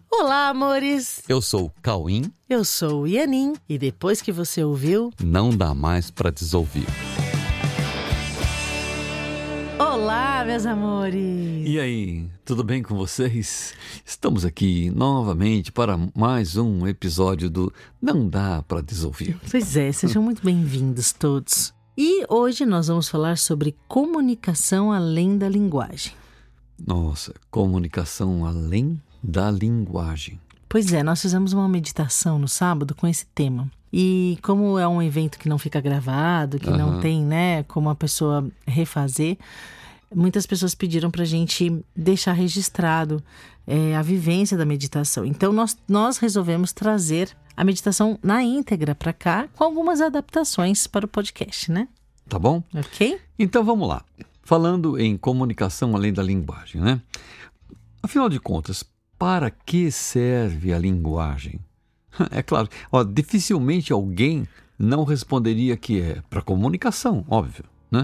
Olá, amores! Eu sou o Cauim. Eu sou o Ianin. E depois que você ouviu, não dá mais para desouvir. Olá, meus amores! E aí, tudo bem com vocês? Estamos aqui novamente para mais um episódio do Não Dá para Desouvir. Pois é, sejam muito bem-vindos todos. E hoje nós vamos falar sobre comunicação além da linguagem. Nossa, comunicação além da linguagem. Pois é, nós fizemos uma meditação no sábado com esse tema. E como é um evento que não fica gravado, que não tem, como a pessoa refazer, muitas pessoas pediram para a gente deixar registrado a vivência da meditação. Então, nós resolvemos trazer a meditação na íntegra para cá, com algumas adaptações para o podcast, né? Tá bom? Ok? Então, vamos lá. Falando em comunicação além da linguagem, né? Afinal de contas, para que serve a linguagem? É claro, dificilmente alguém não responderia que é para comunicação, óbvio, né?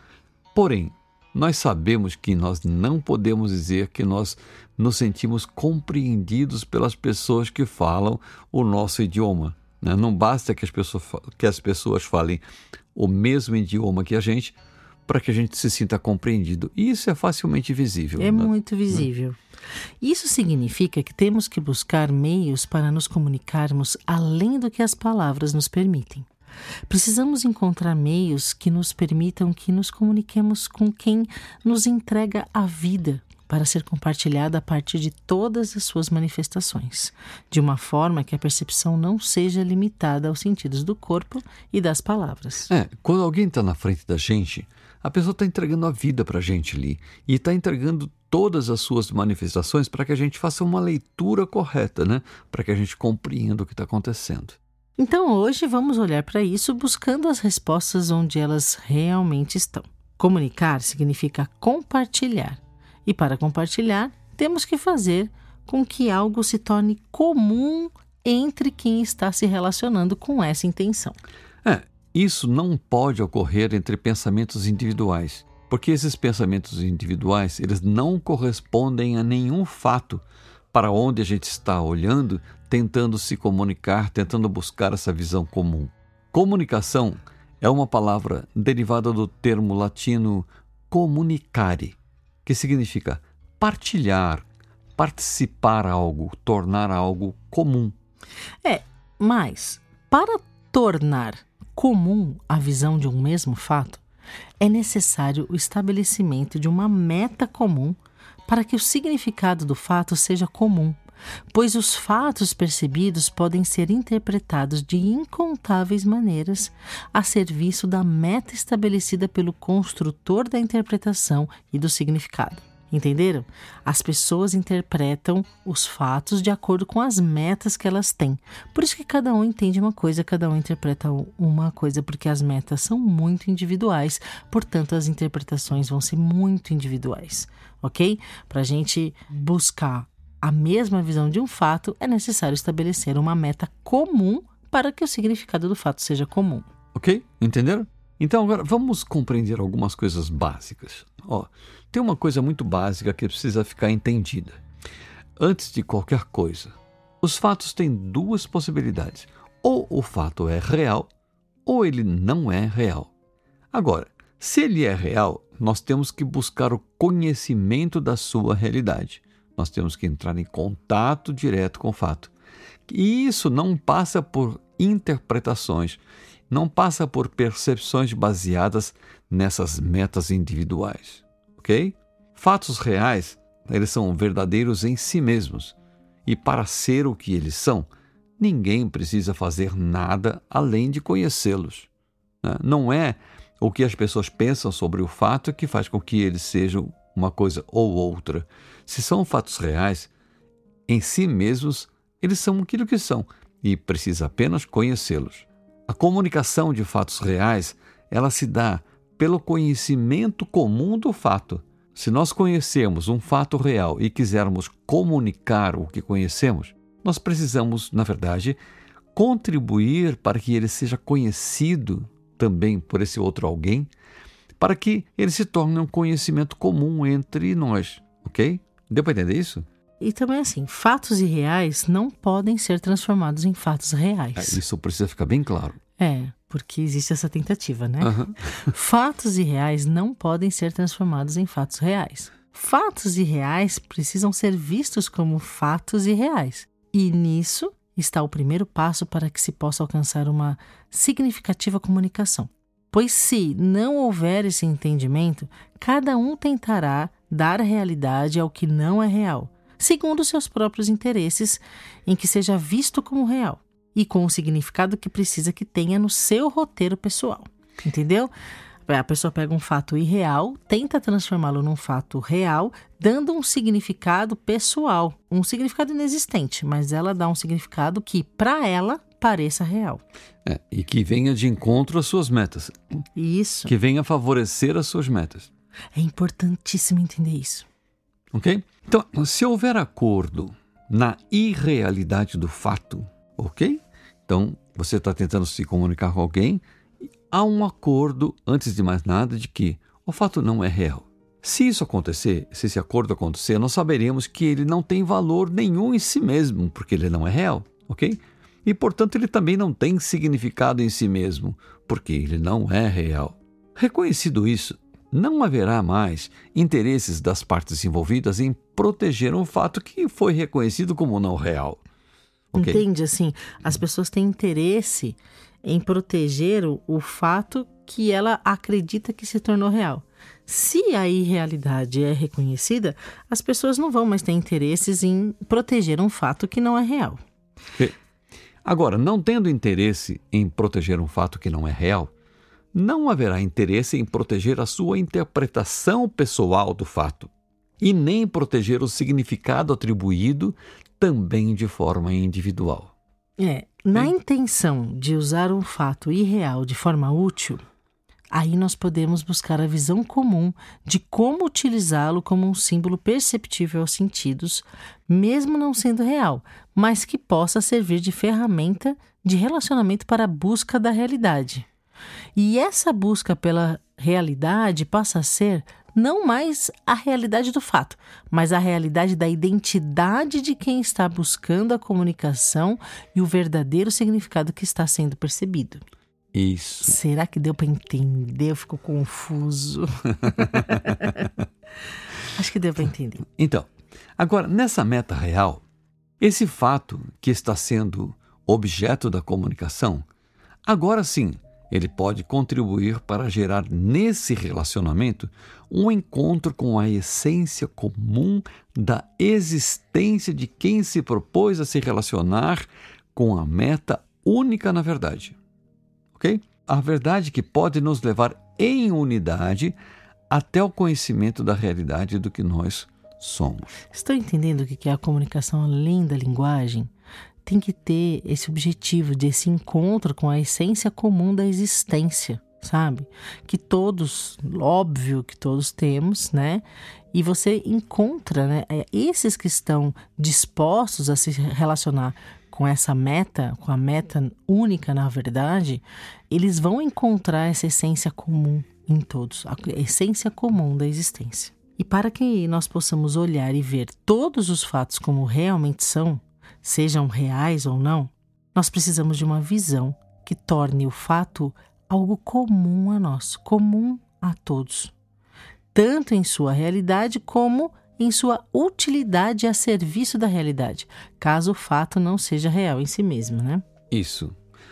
Porém, nós sabemos que nós não podemos dizer que nós nos sentimos compreendidos pelas pessoas que falam o nosso idioma, né? Não basta que as pessoas falem o mesmo idioma que a gente para que a gente se sinta compreendido. E isso é facilmente visível. É muito visível. Isso significa que temos que buscar meios para nos comunicarmos além do que as palavras nos permitem. Precisamos encontrar meios que nos permitam que nos comuniquemos com quem nos entrega a vida para ser compartilhada a partir de todas as suas manifestações, de uma forma que a percepção não seja limitada aos sentidos do corpo e das palavras. Quando alguém está na frente da gente, a pessoa está entregando a vida para a gente ali e está entregando todas as suas manifestações para que a gente faça uma leitura correta, né? Para que a gente compreenda o que está acontecendo. Então hoje vamos olhar para isso buscando as respostas onde elas realmente estão. Comunicar significa compartilhar. E para compartilhar, temos que fazer com que algo se torne comum entre quem está se relacionando com essa intenção. Isso não pode ocorrer entre pensamentos individuais, porque esses pensamentos individuais, eles não correspondem a nenhum fato para onde a gente está olhando, tentando se comunicar, tentando buscar essa visão comum. Comunicação é uma palavra derivada do termo latino comunicare, que significa partilhar, participar algo, tornar algo comum. Mas para tornar comum a visão de um mesmo fato, é necessário o estabelecimento de uma meta comum para que o significado do fato seja comum, pois os fatos percebidos podem ser interpretados de incontáveis maneiras a serviço da meta estabelecida pelo construtor da interpretação e do significado. Entenderam? As pessoas interpretam os fatos de acordo com as metas que elas têm. Por isso que cada um entende uma coisa, cada um interpreta uma coisa, porque as metas são muito individuais, portanto as interpretações vão ser muito individuais, ok? Para a gente buscar a mesma visão de um fato, é necessário estabelecer uma meta comum para que o significado do fato seja comum. Ok? Entenderam? Então agora vamos compreender algumas coisas básicas. Tem uma coisa muito básica que precisa ficar entendida. Antes de qualquer coisa, os fatos têm duas possibilidades. Ou o fato é real, ou ele não é real. Agora, se ele é real, nós temos que buscar o conhecimento da sua realidade. Nós temos que entrar em contato direto com o fato. E isso não passa por interpretações, não passa por percepções baseadas nessas metas individuais, ok? Fatos reais, eles são verdadeiros em si mesmos. E para ser o que eles são, ninguém precisa fazer nada além de conhecê-los, né? Não é o que as pessoas pensam sobre o fato que faz com que eles sejam uma coisa ou outra. Se são fatos reais, em si mesmos, eles são aquilo que são e precisa apenas conhecê-los. A comunicação de fatos reais, ela se dá pelo conhecimento comum do fato. Se nós conhecemos um fato real e quisermos comunicar o que conhecemos, nós precisamos, na verdade, contribuir para que ele seja conhecido também por esse outro alguém, para que ele se torne um conhecimento comum entre nós, ok? Deu para entender isso? E também assim, fatos irreais não podem ser transformados em fatos reais. Isso precisa ficar bem claro. Porque existe essa tentativa, né? Uhum. Fatos irreais não podem ser transformados em fatos reais. Fatos irreais precisam ser vistos como fatos irreais. E nisso está o primeiro passo para que se possa alcançar uma significativa comunicação. Pois se não houver esse entendimento, cada um tentará dar realidade ao que não é real, segundo seus próprios interesses, em que seja visto como real e com o significado que precisa que tenha no seu roteiro pessoal. Entendeu? A pessoa pega um fato irreal, tenta transformá-lo num fato real, dando um significado pessoal, um significado inexistente, mas ela dá um significado que, para ela, pareça real. E que venha de encontro às suas metas. Isso. Que venha favorecer as suas metas. É importantíssimo entender isso. Ok? Então, se houver acordo na irrealidade do fato, ok? Então, você está tentando se comunicar com alguém, há um acordo, antes de mais nada, de que o fato não é real. Se isso acontecer, se esse acordo acontecer, nós saberemos que ele não tem valor nenhum em si mesmo, porque ele não é real, ok? E, portanto, ele também não tem significado em si mesmo, porque ele não é real. Reconhecido isso, não haverá mais interesses das partes envolvidas em proteger um fato que foi reconhecido como não real. Okay? Entende? Assim, as pessoas têm interesse em proteger o fato que ela acredita que se tornou real. Se a irrealidade é reconhecida, as pessoas não vão mais ter interesses em proteger um fato que não é real. Okay. Agora, não tendo interesse em proteger um fato que não é real, não haverá interesse em proteger a sua interpretação pessoal do fato e nem proteger o significado atribuído também de forma individual. Na intenção de usar um fato irreal de forma útil, aí nós podemos buscar a visão comum de como utilizá-lo como um símbolo perceptível aos sentidos, mesmo não sendo real, mas que possa servir de ferramenta de relacionamento para a busca da realidade. E essa busca pela realidade passa a ser não mais a realidade do fato, mas a realidade da identidade de quem está buscando a comunicação e o verdadeiro significado que está sendo percebido. Isso. Será que deu para entender? Eu fico confuso. Acho que deu para entender. Então, agora, nessa meta real, esse fato que está sendo objeto da comunicação, agora sim, ele pode contribuir para gerar nesse relacionamento um encontro com a essência comum da existência de quem se propôs a se relacionar com a meta única na verdade. Ok? A verdade que pode nos levar em unidade até o conhecimento da realidade do que nós somos. Estou entendendo o que é a comunicação além da linguagem? Tem que ter esse objetivo desse encontro com a essência comum da existência, sabe? Que todos, óbvio que todos temos, né? E você encontra, né? Esses que estão dispostos a se relacionar com essa meta, com a meta única na verdade, eles vão encontrar essa essência comum em todos, a essência comum da existência. E para que nós possamos olhar e ver todos os fatos como realmente são, sejam reais ou não, nós precisamos de uma visão que torne o fato algo comum a nós, comum a todos, tanto em sua realidade como em sua utilidade a serviço da realidade, caso o fato não seja real em si mesmo, né? Isso.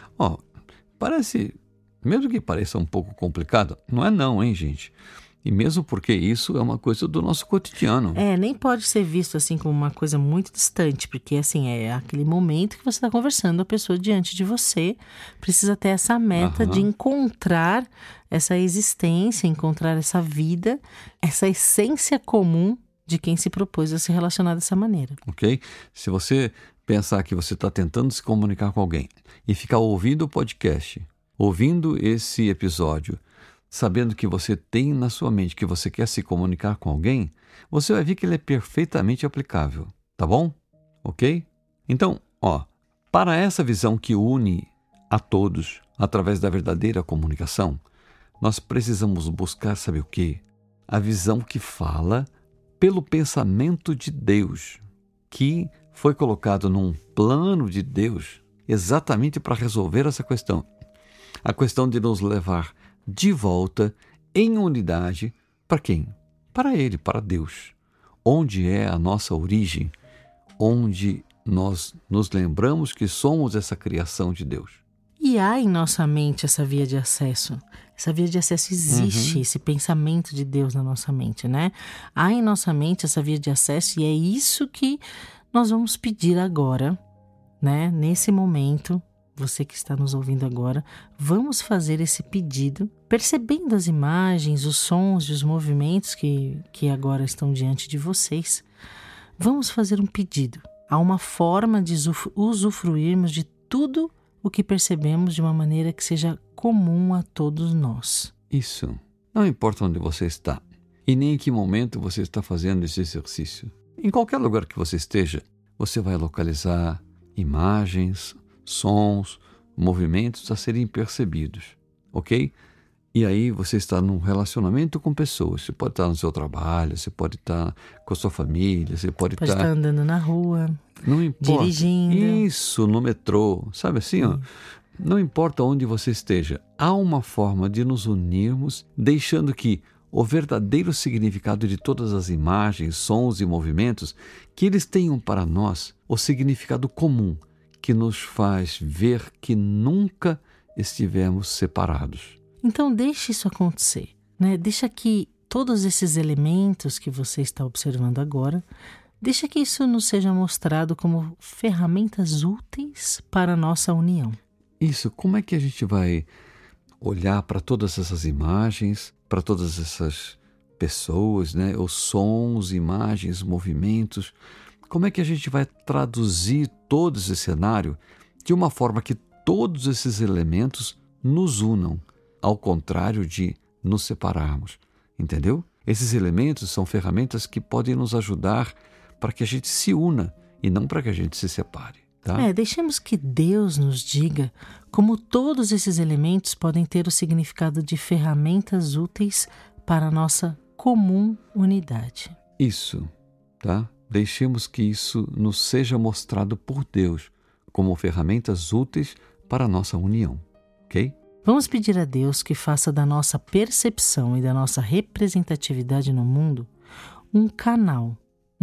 Parece, mesmo que pareça um pouco complicado, não é não, hein, gente? E mesmo porque isso é uma coisa do nosso cotidiano. Nem pode ser visto assim como uma coisa muito distante, porque assim, é aquele momento que você está conversando, a pessoa diante de você precisa ter essa meta de encontrar essa existência, encontrar essa vida, essa essência comum de quem se propôs a se relacionar dessa maneira. Ok? Se você pensar que você está tentando se comunicar com alguém e ficar ouvindo o podcast, ouvindo esse episódio, sabendo que você tem na sua mente que você quer se comunicar com alguém, você vai ver que ele é perfeitamente aplicável, tá bom? Ok? Então, para essa visão que une a todos através da verdadeira comunicação, nós precisamos buscar, sabe o quê? A visão que fala pelo pensamento de Deus. aqui foi colocado num plano de Deus exatamente para resolver essa questão. A questão de nos levar de volta em unidade para quem? Para Ele, para Deus. Onde é a nossa origem, onde nós nos lembramos que somos essa criação de Deus. E há em nossa mente essa via de acesso. Essa via de acesso existe, esse pensamento de Deus na nossa mente, né? Há em nossa mente essa via de acesso e é isso que nós vamos pedir agora, né? Nesse momento, você que está nos ouvindo agora, vamos fazer esse pedido, percebendo as imagens, os sons e os movimentos que agora estão diante de vocês. Vamos fazer um pedido. Há uma forma de usufruirmos de tudo o que percebemos de uma maneira que seja comum a todos nós. Isso. Não importa onde você está e nem em que momento você está fazendo esse exercício. Em qualquer lugar que você esteja, você vai localizar imagens, sons, movimentos a serem percebidos, ok? E aí você está num relacionamento com pessoas. Você pode estar no seu trabalho, você pode estar com a sua família, você pode estar andando na rua, não importa. Dirigindo. Isso, no metrô, sabe assim, ó. Não importa onde você esteja, há uma forma de nos unirmos, deixando que o verdadeiro significado de todas as imagens, sons e movimentos, que eles tenham para nós o significado comum, que nos faz ver que nunca estivemos separados. Então deixe isso acontecer, né? Deixa que todos esses elementos que você está observando agora, deixa que isso nos seja mostrado como ferramentas úteis para a nossa união. Isso, como é que a gente vai olhar para todas essas imagens, para todas essas pessoas, né? Os sons, imagens, movimentos, como é que a gente vai traduzir todo esse cenário de uma forma que todos esses elementos nos unam, ao contrário de nos separarmos, entendeu? Esses elementos são ferramentas que podem nos ajudar para que a gente se una e não para que a gente se separe, tá? Deixemos que Deus nos diga como todos esses elementos podem ter o significado de ferramentas úteis para a nossa comum unidade. Isso, tá? Deixemos que isso nos seja mostrado por Deus como ferramentas úteis para a nossa união, ok? Vamos pedir a Deus que faça da nossa percepção e da nossa representatividade no mundo um canal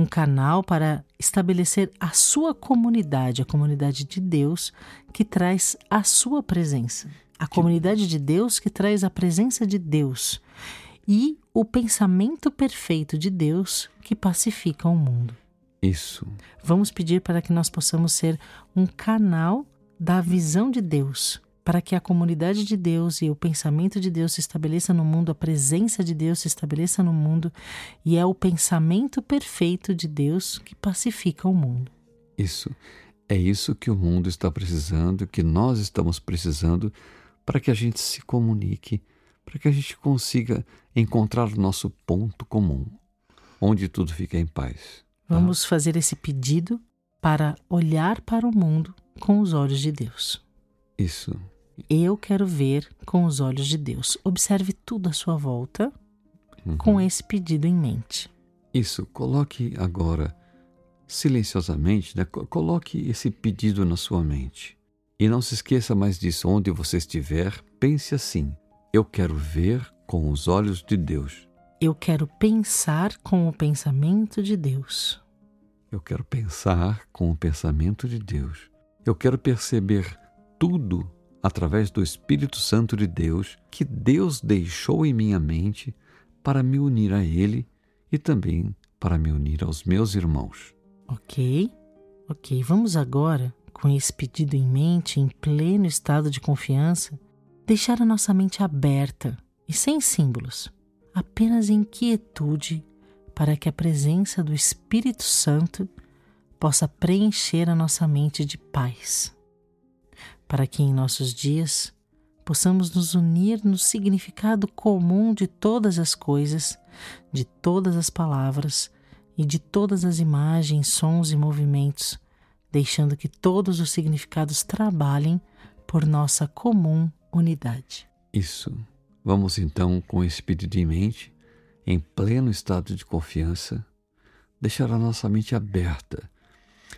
para estabelecer a sua comunidade, a comunidade de Deus que traz a sua presença, a comunidade de Deus que traz a presença de Deus e o pensamento perfeito de Deus que pacifica o mundo. Isso. Vamos pedir para que nós possamos ser um canal da visão de Deus, para que a comunidade de Deus e o pensamento de Deus se estabeleça no mundo, a presença de Deus se estabeleça no mundo, e é o pensamento perfeito de Deus que pacifica o mundo. Isso. É isso que o mundo está precisando, que nós estamos precisando, para que a gente se comunique, para que a gente consiga encontrar o nosso ponto comum, onde tudo fica em paz. Vamos fazer esse pedido para olhar para o mundo com os olhos de Deus. Isso. Eu quero ver com os olhos de Deus. Observe tudo à sua volta com esse pedido em mente. Isso. Coloque agora, silenciosamente, né? Coloque esse pedido na sua mente. E não se esqueça mais disso. Onde você estiver, pense assim: eu quero ver com os olhos de Deus. Eu quero pensar com o pensamento de Deus. Eu quero pensar com o pensamento de Deus. Eu quero perceber tudo através do Espírito Santo de Deus que Deus deixou em minha mente para me unir a Ele e também para me unir aos meus irmãos. Ok. Vamos agora, com esse pedido em mente, em pleno estado de confiança, deixar a nossa mente aberta e sem símbolos, apenas em quietude, para que a presença do Espírito Santo possa preencher a nossa mente de paz. Para que em nossos dias possamos nos unir no significado comum de todas as coisas, de todas as palavras e de todas as imagens, sons e movimentos, deixando que todos os significados trabalhem por nossa comum unidade. Isso. Vamos então, com esse pedido em mente, em pleno estado de confiança, deixar a nossa mente aberta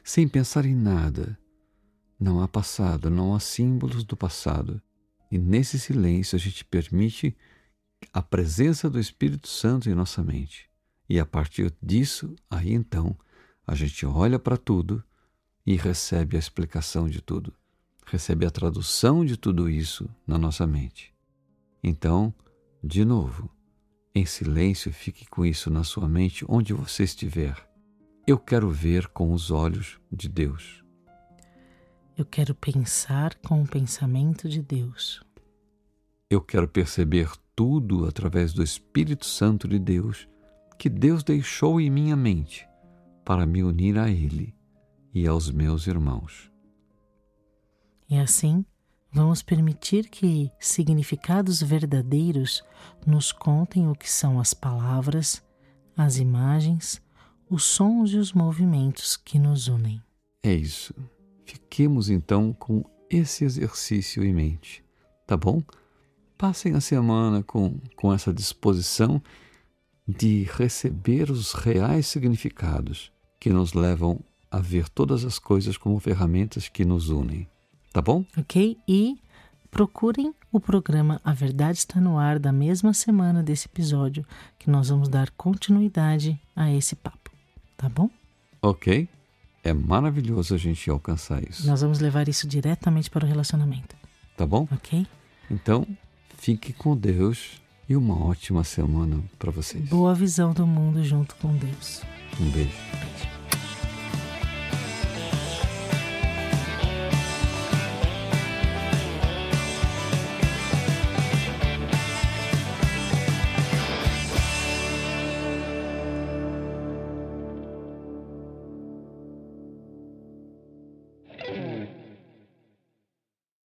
sem pensar em nada. Não há passado, não há símbolos do passado. E nesse silêncio a gente permite a presença do Espírito Santo em nossa mente. E a partir disso, aí então, a gente olha para tudo e recebe a explicação de tudo. Recebe a tradução de tudo isso na nossa mente. Então, de novo, em silêncio, fique com isso na sua mente onde você estiver. Eu quero ver com os olhos de Deus. Eu quero pensar com o pensamento de Deus. Eu quero perceber tudo através do Espírito Santo de Deus que Deus deixou em minha mente para me unir a Ele e aos meus irmãos. E assim, vamos permitir que significados verdadeiros nos contem o que são as palavras, as imagens, os sons e os movimentos que nos unem. É isso. Fiquemos então com esse exercício em mente, tá bom? Passem a semana com essa disposição de receber os reais significados que nos levam a ver todas as coisas como ferramentas que nos unem, tá bom? Ok? E procurem o programa A Verdade Está no Ar da mesma semana desse episódio, que nós vamos dar continuidade a esse papo, tá bom? Ok? É maravilhoso a gente alcançar isso. Nós vamos levar isso diretamente para o relacionamento. Tá bom? Ok? Então, fique com Deus e uma ótima semana para vocês. Boa visão do mundo junto com Deus. Um beijo. Beijo.